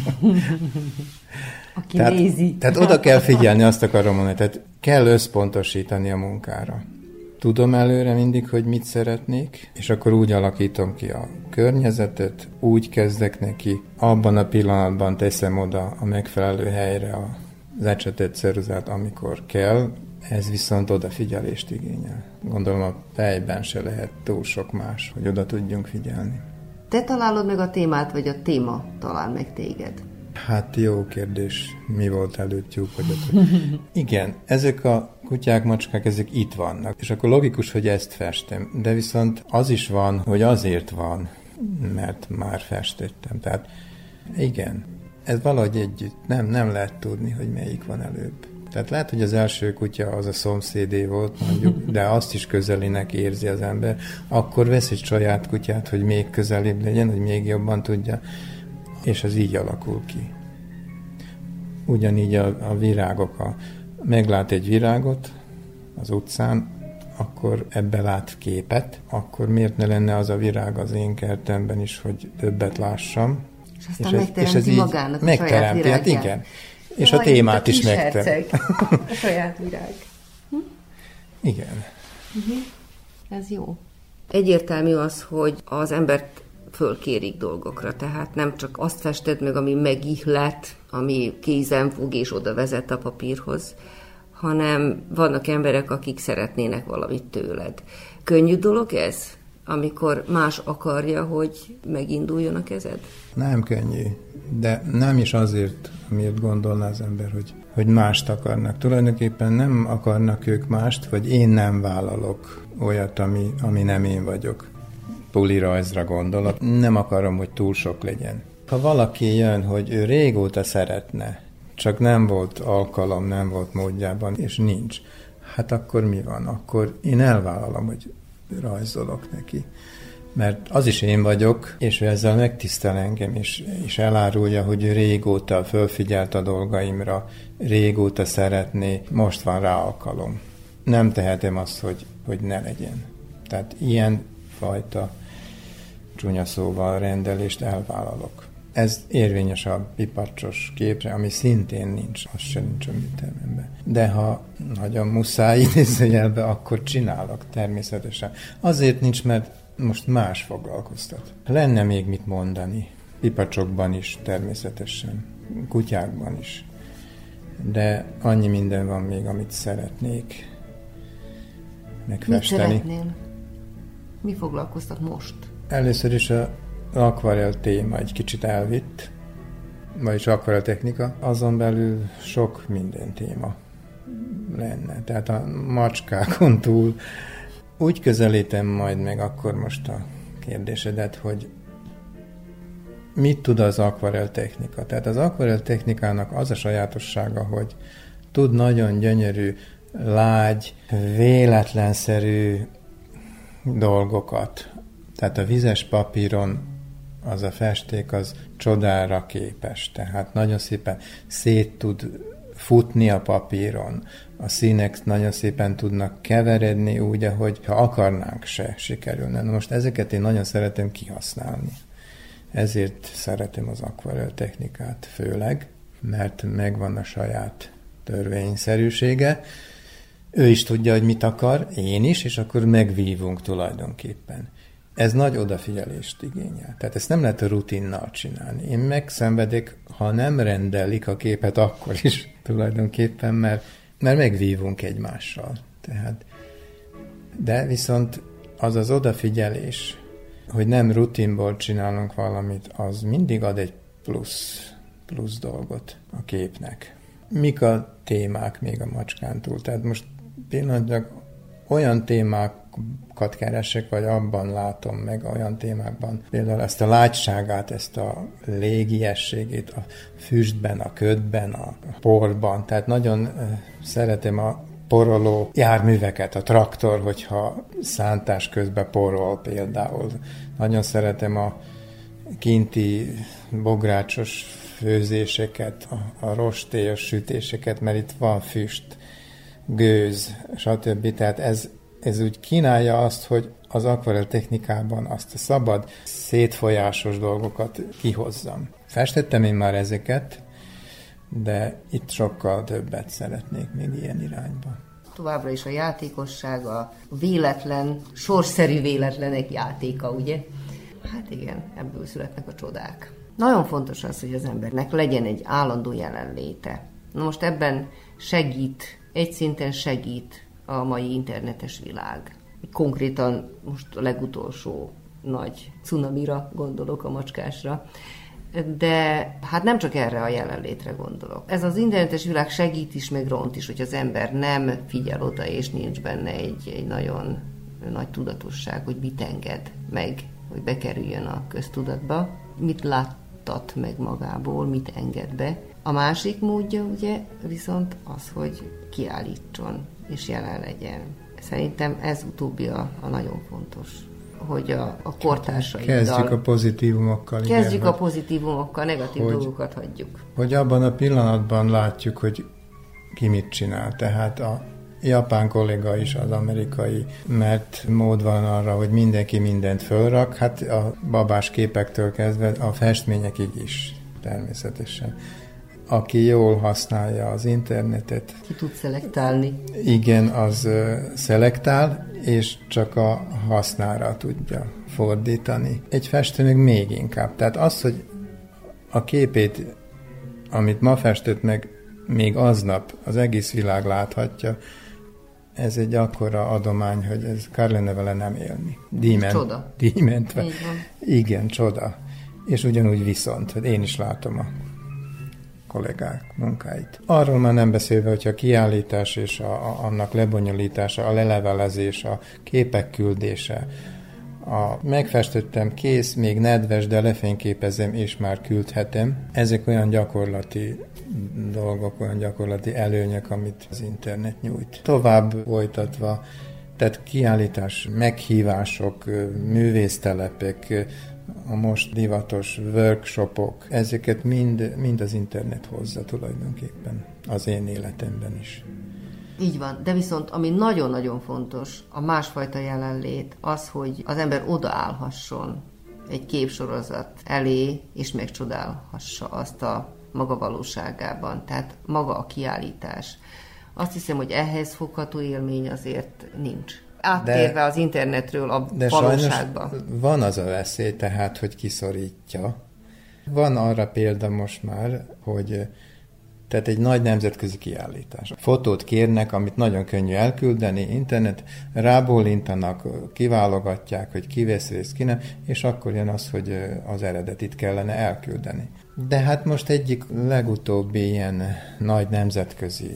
[SPEAKER 1] Aki nézi.
[SPEAKER 2] Tehát oda kell figyelni, azt akarom mondani. Tehát kell összpontosítani a munkára. Tudom előre mindig, hogy mit szeretnék, és akkor úgy alakítom ki a környezetet, úgy kezdek neki, abban a pillanatban teszem oda a megfelelő helyre az ecsetett ceruzát, amikor kell, ez viszont odafigyelést igényel. Gondolom a fejben se lehet túl sok más, hogy oda tudjunk figyelni.
[SPEAKER 1] Te találod meg a témát, vagy a téma talál meg téged?
[SPEAKER 2] Hát jó kérdés, mi volt előttjük, hogy igen, ezek a kutyák, macskák, ezek itt vannak, és akkor logikus, hogy ezt festem, de viszont az is van, hogy azért van, mert már festettem, tehát igen, ez valahogy együtt, nem lehet tudni, hogy melyik van előbb. Tehát lehet, hogy az első kutya az a szomszédé volt, mondjuk, de azt is közelinek érzi az ember, akkor vesz egy saját kutyát, hogy még közelibb legyen, hogy még jobban tudja, és az így alakul ki. Ugyanígy a virágok, meglát egy virágot az utcán, akkor ebbe lát képet, akkor miért ne lenne az a virág az én kertemben is, hogy többet lássam.
[SPEAKER 1] És aztán megteremti magának a saját virágját.
[SPEAKER 2] Hát igen. És a témát is megteremti.
[SPEAKER 1] A saját virág.
[SPEAKER 2] Igen.
[SPEAKER 1] Ez jó. Egyértelmű az, hogy az embert fölkérik dolgokra, tehát nem csak azt fested meg, ami megihlet, ami kézen fog és oda vezet a papírhoz, hanem vannak emberek, akik szeretnének valamit tőled. Könnyű dolog ez, amikor más akarja, hogy meginduljon a kezed?
[SPEAKER 2] Nem könnyű, de nem is azért, amiért gondolná az ember, hogy mást akarnak. Tulajdonképpen nem akarnak ők mást, vagy én nem vállalok olyat, ami nem én vagyok. Pulirajzra gondolok. Nem akarom, hogy túl sok legyen. Ha valaki jön, hogy ő régóta szeretne, csak nem volt alkalom, nem volt módjában, és nincs. hát akkor mi van? Akkor én elvállalom, hogy rajzolok neki. Mert az is én vagyok, és ő ezzel megtisztel engem, és elárulja, hogy régóta fölfigyelt a dolgaimra, régóta szeretné, most van rá alkalom. Nem tehetem azt, hogy ne legyen. Tehát ilyen fajta csúnya szóval rendelést elvállalok. Ez érvényes a pipacsos képre, ami szintén nincs, az sem nincs a műtermemben. De ha nagyon muszáj idézőjelbe, akkor csinálok természetesen. Azért nincs, mert most más foglalkoztat. Lenne még mit mondani. Pipacsokban is természetesen, kutyákban is. De annyi minden van még, amit szeretnék megfesteni.
[SPEAKER 1] Mit szeretnél? Mi foglalkoztat most?
[SPEAKER 2] Először is az akvarell téma egy kicsit elvitt, vagyis akvarell technika, azon belül sok minden téma lenne. Tehát a macskákon túl úgy közelítem majd meg akkor most a kérdésedet, hogy mit tud az akvarell technika. Tehát az akvarell technikának az a sajátossága, hogy tud nagyon gyönyörű, lágy, véletlenszerű dolgokat. Tehát a vizes papíron az a festék az csodára képes. Tehát nagyon szépen szét tud futni a papíron. A színek nagyon szépen tudnak keveredni úgy, ahogy ha akarnánk se sikerülne. Na most ezeket én nagyon szeretem kihasználni. Ezért szeretem az akvarell technikát főleg, mert megvan a saját törvényszerűsége. Ő is tudja, hogy mit akar, én is, és akkor megvívunk tulajdonképpen. Ez nagy odafigyelést igényel. Tehát ezt nem lehet rutinnal csinálni. Én megszenvedek, ha nem rendelik a képet, akkor is tulajdonképpen, mert megvívunk egymással. Tehát, de viszont az odafigyelés, hogy nem rutinból csinálunk valamit, az mindig ad egy plusz dolgot a képnek. Mik a témák még a macskán túl? Tehát most pillanatnyilag olyan témákat keresek, vagy abban látom meg olyan témákban, például ezt a lágyságát, ezt a légiességét a füstben, a ködben, a porban. Tehát nagyon szeretem a poroló járműveket, a traktor, hogyha szántás közben porol például. Nagyon szeretem a kinti bográcsos főzéseket, a rostélyos sütéseket, mert itt van füst, gőz, stb. Tehát ez úgy kínálja azt, hogy az akvarell technikában azt a szabad, szétfolyásos dolgokat kihozzam. Festettem én már ezeket, de itt sokkal többet szeretnék még ilyen irányba.
[SPEAKER 1] Továbbra is a játékosság, a véletlen, sorszerű véletlenek játéka, ugye? Hát igen, ebből születnek a csodák. Nagyon fontos az, hogy az embernek legyen egy állandó jelenléte. Na most ebben egy szinten segít a mai internetes világ. Konkrétan most a legutolsó nagy cunamira gondolok, a macskásra, de hát nem csak erre a jelenlétre gondolok. Ez az internetes világ segít is, meg ront is, hogy az ember nem figyel oda, és nincs benne egy nagyon nagy tudatosság, hogy mit enged meg, hogy bekerüljön a köztudatba, mit láttat meg magából, mit enged be. A másik módja ugye viszont az, hogy kiállítson és jelen legyen. Szerintem ez utóbbi a nagyon fontos, hogy a kortársaiddal...
[SPEAKER 2] Kezdjük a pozitívumokkal.
[SPEAKER 1] Kezdjük a pozitívumokkal, negatív dolgokat hagyjuk.
[SPEAKER 2] Hogy abban a pillanatban látjuk, hogy ki mit csinál. Tehát a japán kolléga is, az amerikai, mert mód van arra, hogy mindenki mindent fölrak, hát a babás képektől kezdve a festményekig is természetesen. Aki jól használja az internetet.
[SPEAKER 1] Ki tud szelektálni.
[SPEAKER 2] Igen, az szelektál, és csak a hasznára tudja fordítani. Egy festő meg még inkább. Tehát az, hogy a képét, amit ma festett meg, még aznap az egész világ láthatja, ez egy akkora adomány, hogy ez kár lenne vele nem élni.
[SPEAKER 1] Csoda.
[SPEAKER 2] Díjmentve. Igen, csoda. És ugyanúgy viszont, hogy én is látom a kollégák munkáit. Arról már nem beszélve, hogyha a kiállítás és annak lebonyolítása, a lelevelezés, a képek küldése, megfestettem, kész, még nedves, de lefényképezem és már küldhetem. Ezek olyan gyakorlati dolgok, olyan gyakorlati előnyök, amit az internet nyújt. Tovább folytatva, tehát kiállítás, meghívások, művésztelepek, a most divatos workshopok, ezeket mind az internet hozza tulajdonképpen az én életemben is.
[SPEAKER 1] Így van, de viszont ami nagyon-nagyon fontos, a másfajta jelenlét, az, hogy az ember odaállhasson egy képsorozat elé, és megcsodálhassa azt a maga valóságában. Tehát maga a kiállítás. Azt hiszem, hogy ehhez fogható élmény azért nincs. Áttérve az internetről a valóságba.
[SPEAKER 2] Van az a veszély tehát, hogy kiszorítja. Van arra példa most már, hogy tehát egy nagy nemzetközi kiállítás. Fotót kérnek, amit nagyon könnyű elküldeni, internet, rábólintanak, kiválogatják, hogy ki vesz részt, ki nem, és akkor jön az, hogy az eredetit kellene elküldeni. De hát most egyik legutóbbi ilyen nagy nemzetközi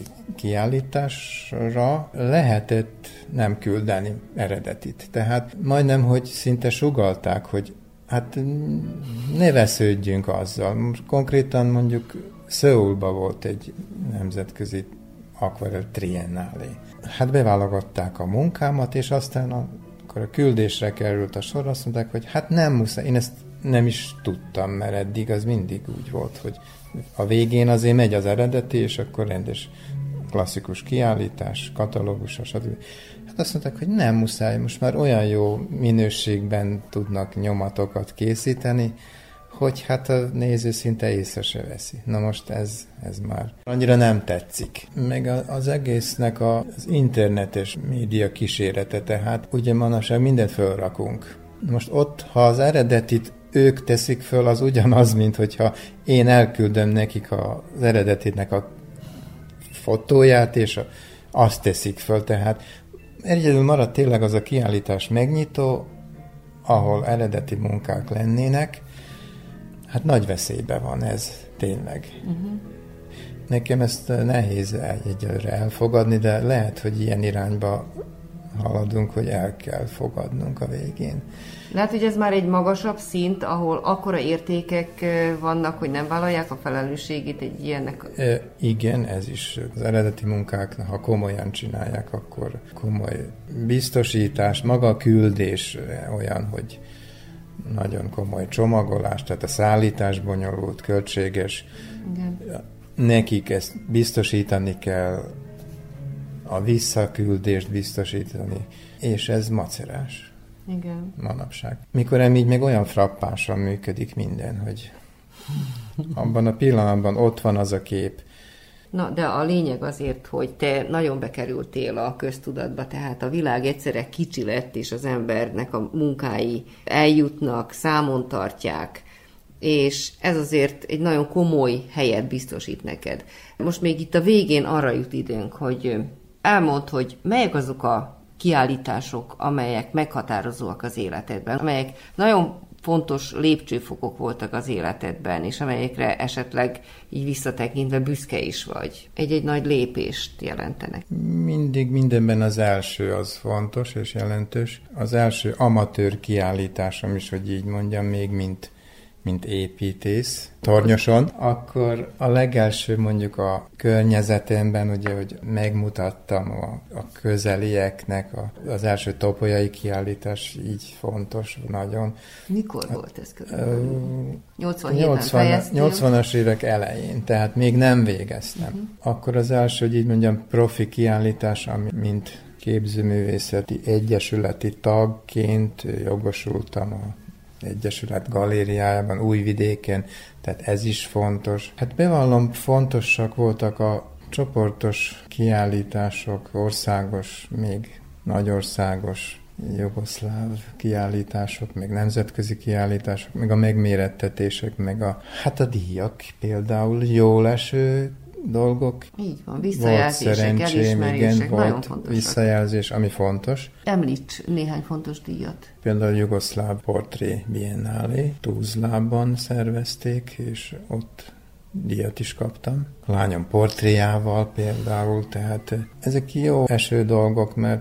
[SPEAKER 2] kiállításra lehetett nem küldeni eredetit. Tehát majdnem, hogy szinte sugallták, hogy hát ne vesződjünk azzal. Most konkrétan mondjuk Szöulba volt egy nemzetközi akvarell triennálé. Hát beválogatták a munkámat, és aztán akkor a küldésre került a sor, azt mondták, hogy hát nem muszáj, én ezt nem is tudtam, mert eddig az mindig úgy volt, hogy a végén azért megy az eredeti, és akkor rendes klasszikus kiállítás, katalógus, stb. Hát azt mondták, hogy nem muszáj, most már olyan jó minőségben tudnak nyomatokat készíteni, hogy hát a néző szinte észre se veszi. Na most ez már annyira nem tetszik. Meg az egésznek az internetes média kísérete, tehát ugye manapság mindent fölrakunk. Most ott, ha az eredetit ők teszik föl, az ugyanaz, mint hogyha én elküldöm nekik az eredetinek a fotóját, és azt teszik föl. Tehát egyedül marad tényleg az a kiállítás megnyitó, ahol eredeti munkák lennének. Hát nagy veszélyben van ez, tényleg. Uh-huh. Nekem ezt nehéz egyelőre elfogadni, de lehet, hogy ilyen irányba haladunk, hogy el kell fogadnunk a végén.
[SPEAKER 1] Lehet, hogy ez már egy magasabb szint, ahol akkora értékek vannak, hogy nem vállalják a felelősségét egy ilyennek?
[SPEAKER 2] Igen, ez is. Az eredeti munkák, ha komolyan csinálják, akkor komoly biztosítás, maga a küldés olyan, hogy nagyon komoly csomagolás, tehát a szállítás bonyolult, költséges. Igen. Nekik ezt biztosítani kell, a visszaküldést biztosítani, és ez macerás.
[SPEAKER 1] Igen.
[SPEAKER 2] Manapság. Mikor így meg olyan frappánsan működik minden, hogy abban a pillanatban ott van az a kép.
[SPEAKER 1] Na, de a lényeg azért, hogy te nagyon bekerültél a köztudatba, tehát a világ egyszerre kicsi lett, és az embernek a munkái eljutnak, számon tartják, és ez azért egy nagyon komoly helyet biztosít neked. Most még itt a végén arra jut időnk, hogy elmondd, hogy melyek azok a kiállítások, amelyek meghatározóak az életedben, amelyek nagyon fontos lépcsőfokok voltak az életedben, és amelyekre esetleg így visszatekintve büszke is vagy. Egy nagy lépést jelentenek.
[SPEAKER 2] Mindig mindenben az első az fontos és jelentős. Az első amatőr kiállításom is, hogy így mondjam, még mint építész Tornyoson, akkor a legelső mondjuk a környezetemben, ugye, hogy megmutattam a közelieknek az első topolyai kiállítás, így fontos, nagyon.
[SPEAKER 1] Mikor volt ez körülbelül? 87-ben fejeztél?
[SPEAKER 2] 80-as évek elején, tehát még nem végeztem. Uh-huh. Akkor az első, hogy így mondjam, profi kiállítás, ami mint képzőművészeti egyesületi tagként jogosultam a Egyesület galériájában, Újvidéken, tehát ez is fontos. Hát bevallom, fontosak voltak a csoportos kiállítások, országos, még nagyországos, jugoszláv kiállítások, meg nemzetközi kiállítások, meg a megmérettetések, meg a díjak például jól eső dolgok.
[SPEAKER 1] Így van, visszajelzések, elismerések,
[SPEAKER 2] igen,
[SPEAKER 1] nagyon
[SPEAKER 2] volt
[SPEAKER 1] fontosak.
[SPEAKER 2] Visszajelzés, ami fontos.
[SPEAKER 1] Említs néhány fontos díjat.
[SPEAKER 2] Például a Jugoszláv Portré Biennálé Tuzlában szervezték, és ott díjat is kaptam. A lányom portréjával például, tehát ezek jó eső dolgok, mert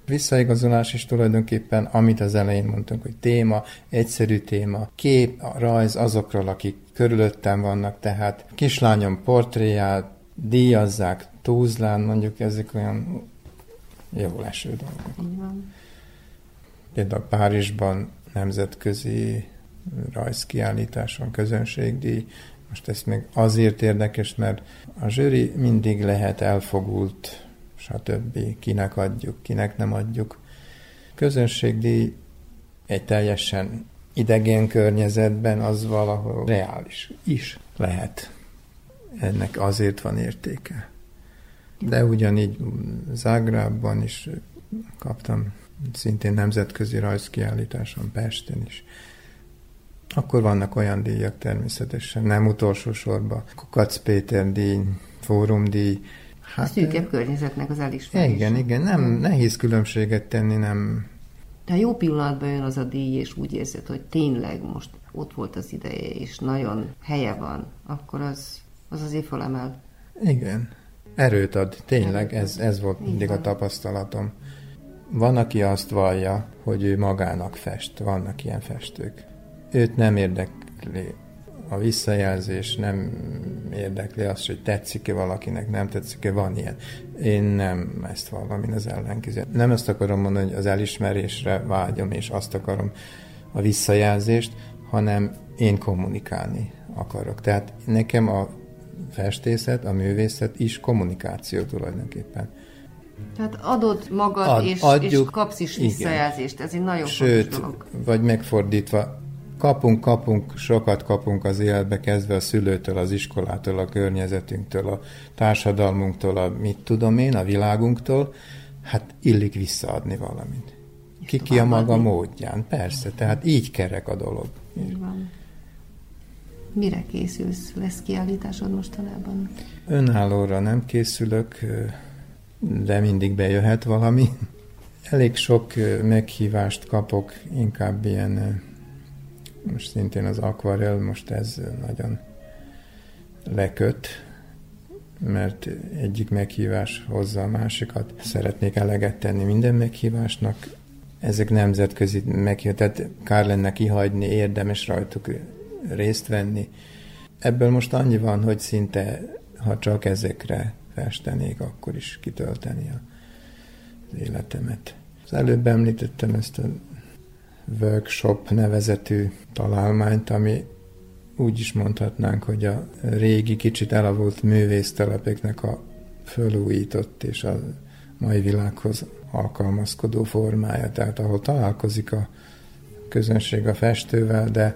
[SPEAKER 2] Visszaigazolás is tulajdonképpen, amit az elején mondtunk, hogy téma, egyszerű téma, kép, a rajz azokról, akik körülöttem vannak, tehát kislányom portréját díjazzák Tuzlán, mondjuk ezek olyan jól eső dolgok.
[SPEAKER 1] Igen.
[SPEAKER 2] Például Párizsban nemzetközi rajzkiállításon közönségdíj. Most ez még azért érdekes, mert a zsűri mindig lehet elfogult, stb. Kinek adjuk, kinek nem adjuk. Közönségdíj egy teljesen idegen környezetben az valahol reális is lehet. Ennek azért van értéke. De ugyanígy Zágrábban is kaptam szintén nemzetközi rajzkiállításon, Pesten is. Akkor vannak olyan díjak természetesen, nem utolsó sorban. Kukac Péter díj, fórumdíj.
[SPEAKER 1] Hát, szűkebb környezetnek az elismerése.
[SPEAKER 2] Igen, nem nehéz különbséget tenni, nem.
[SPEAKER 1] De jó pillanatban jön az a díj, és úgy érzed, hogy tényleg most ott volt az ideje, és nagyon helye van, akkor az azért felemel.
[SPEAKER 2] Igen, erőt ad, tényleg, ez volt mindig a tapasztalatom. Van, aki azt vallja, hogy ő magának fest, vannak ilyen festők. Őt nem érdekli a visszajelzés, nem érdekli azt, hogy tetszik-e valakinek, nem tetszik-e, van ilyen. Én nem ezt vallom, én az ellenkező. Nem azt akarom mondani, hogy az elismerésre vágyom, és azt akarom a visszajelzést, hanem én kommunikálni akarok. Tehát nekem a festészet, a művészet is kommunikáció tulajdonképpen.
[SPEAKER 1] Tehát adod magad, és kapsz is visszajelzést. Igen. Ez egy nagyon fontos dolog.
[SPEAKER 2] Vagy megfordítva, sokat kapunk az életbe, kezdve a szülőtől, az iskolától, a környezetünktől, a társadalmunktól, a mit tudom én, a világunktól, hát illik visszaadni valamit. Ki a maga módján, persze, tehát így kerek a dolog.
[SPEAKER 1] Így van. Mire készülsz? Lesz kiállításod mostanában?
[SPEAKER 2] Önállóra nem készülök, de mindig bejöhet valami. Elég sok meghívást kapok, inkább ilyen, most szintén az akvarell, most ez nagyon leköt, mert egyik meghívás hozza a másikat. Szeretnék eleget tenni minden meghívásnak. Ezek nemzetközi meghívások, tehát kár lenne kihagyni, érdemes rajtuk részt venni. Ebből most annyi van, hogy szinte, ha csak ezekre festenék, akkor is kitölteni az életemet. Az előbb említettem ezt a workshop nevezetű találmányt, ami úgy is mondhatnánk, hogy a régi, kicsit elavult művésztelepeknek a fölújított és a mai világhoz alkalmazkodó formája. Tehát ahol találkozik a közönség a festővel, de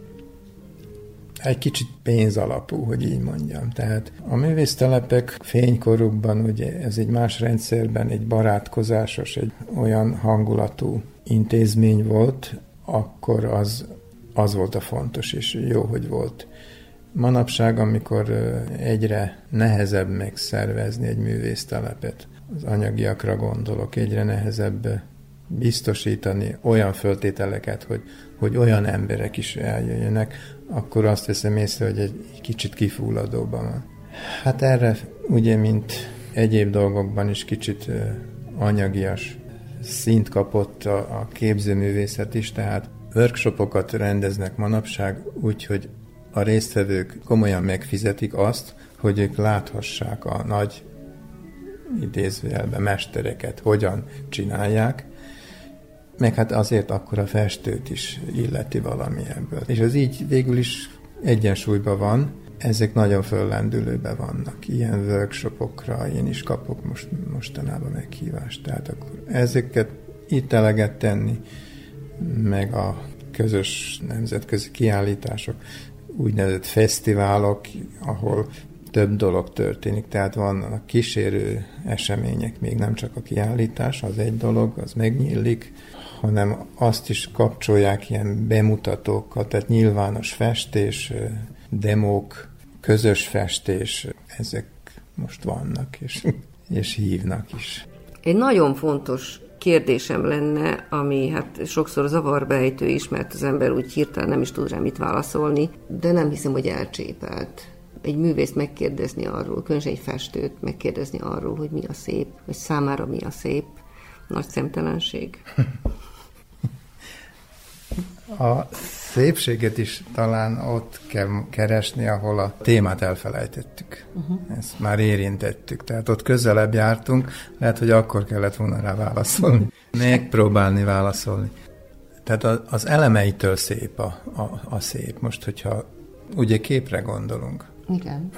[SPEAKER 2] egy kicsit pénzalapú, hogy így mondjam. Tehát a művésztelepek fénykorukban, ugye ez egy más rendszerben, egy barátkozásos, egy olyan hangulatú intézmény volt, akkor az volt a fontos, és jó, hogy volt. Manapság, amikor egyre nehezebb megszervezni egy művésztelepet, az anyagiakra gondolok, egyre nehezebb biztosítani olyan föltételeket, hogy olyan emberek is eljöjjenek, akkor azt veszem észre, hogy egy kicsit kifulladóban van. Hát erre ugye, mint egyéb dolgokban is kicsit anyagias szint kapott a képzőművészet is, tehát workshopokat rendeznek manapság úgy, hogy a résztvevők komolyan megfizetik azt, hogy ők láthassák a nagy idézőjelben mestereket, hogyan csinálják, meg hát azért akkor a festőt is illeti valami ebből. És az így végül is egyensúlyban van, ezek nagyon föllendülőben vannak. Ilyen workshopokra én is kapok mostanában meghívást. Tehát akkor ezeket itt eleget tenni, meg a közös nemzetközi kiállítások, úgynevezett fesztiválok, ahol több dolog történik, tehát vannak kísérő események, még nem csak a kiállítás, az egy dolog, az megnyílik, hanem azt is kapcsolják ilyen bemutatókat, tehát nyilvános festés, demók, közös festés, ezek most vannak, és hívnak is.
[SPEAKER 1] Egy nagyon fontos kérdésem lenne, ami hát sokszor zavarbejtő is, mert az ember úgy hirtelen nem is tud rá mit válaszolni, de nem hiszem, hogy elcsépelt. Egy művészt megkérdezni arról, különösen egy festőt megkérdezni arról, hogy mi a szép, hogy számára mi a szép, Nagy szemtelenség.
[SPEAKER 2] A szépséget is talán ott kell keresni, ahol a témát elfelejtettük. Ezt már érintettük, tehát ott közelebb jártunk, lehet, hogy akkor kellett volna rá válaszolni. Megpróbálni válaszolni. Tehát az elemeitől szép a szép. Most, hogyha ugye képre gondolunk.
[SPEAKER 1] Igen.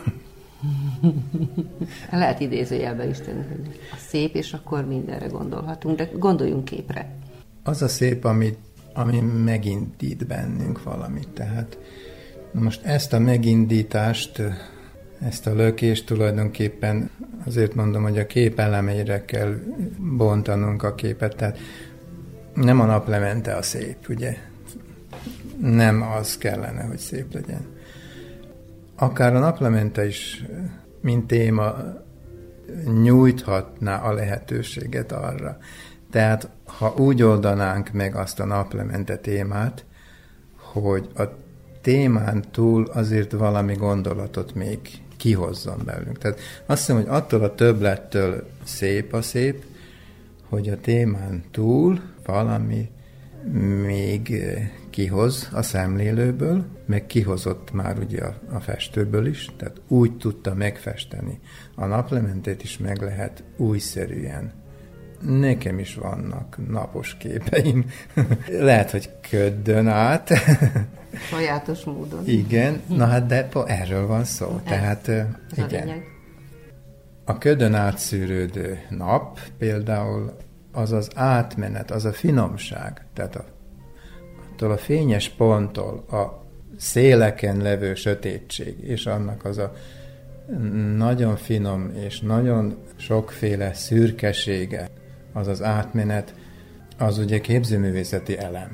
[SPEAKER 1] Lehet idézőjelbe is tenni, hogy a szép, és akkor mindenre gondolhatunk, de gondoljunk képre.
[SPEAKER 2] Az a szép, ami megindít bennünk valamit. Tehát most ezt a megindítást, ezt a lökést tulajdonképpen azért mondom, hogy a kép elemeire kell bontanunk a képet. Tehát nem a naplemente a szép, ugye? Nem az kellene, hogy szép legyen. Akár a naplemente is, mint téma, nyújthatná a lehetőséget arra. Tehát, ha úgy oldanánk meg azt a naplemente témát, hogy a témán túl azért valami gondolatot még kihozzon belőlünk. Tehát azt hiszem, hogy attól a többlettől szép a szép, hogy a témán túl valami még kihoz a szemlélőből, meg kihozott már ugye a festőből is, tehát úgy tudta megfesteni. A naplementét is meg lehet újszerűen. Nekem is vannak napos képeim. Lehet, hogy köddön át.
[SPEAKER 1] Sajátos módon.
[SPEAKER 2] Igen, na hát de erről van szó. Tehát igen. A ködön átszűrődő nap például az az átmenet, az a finomság. Tehát attól a fényes ponttól a széleken levő sötétség, és annak az a nagyon finom és nagyon sokféle szürkesége, az az átmenet, az ugye képzőművészeti elem.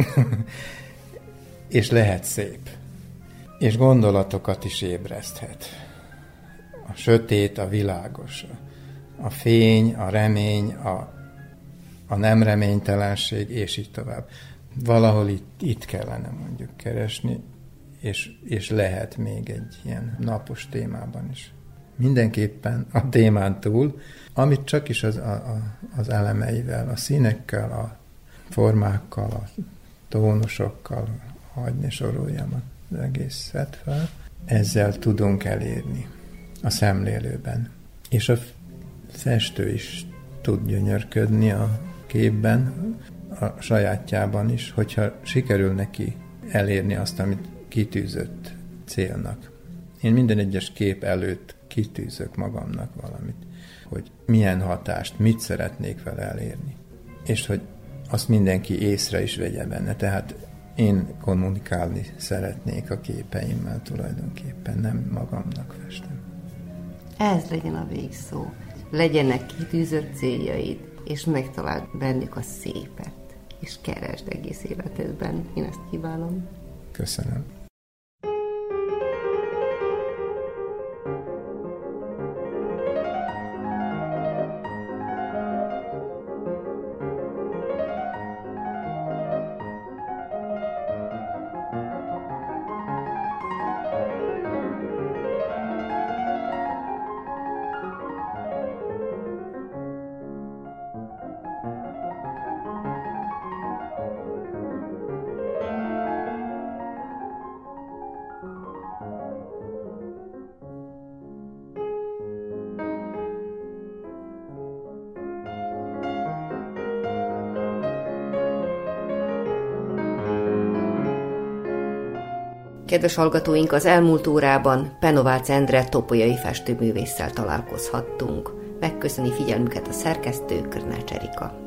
[SPEAKER 2] És lehet szép. És gondolatokat is ébreszthet. A sötét, a világos, a fény, a remény, a nem reménytelenség, és így tovább. Valahol itt kellene mondjuk keresni, és lehet még egy ilyen napos témában is. Mindenképpen a témán túl, amit csak is az elemeivel, a színekkel, a formákkal, a tónusokkal, hagyni soroljam az egészet fel, ezzel tudunk elérni a szemlélőben. És a festő is tud gyönyörködni a képben, a sajátjában is, hogyha sikerül neki elérni azt, amit kitűzött célnak. Én minden egyes kép előtt kitűzök magamnak valamit, hogy milyen hatást, mit szeretnék vele elérni. És hogy azt mindenki észre is vegye benne. Tehát én kommunikálni szeretnék a képeimmel tulajdonképpen, nem magamnak festem.
[SPEAKER 1] Ez legyen a végszó. Legyenek kitűzött céljaid, és megtaláld bennük a szépet. És keresd egész életedben. Én ezt kívánom.
[SPEAKER 2] Köszönöm.
[SPEAKER 1] Kedves hallgatóink, az elmúlt órában Penovácz Endre topolyai festőművésszel találkozhattunk. Megköszöni figyelmüket a szerkesztő, Körnács Erika.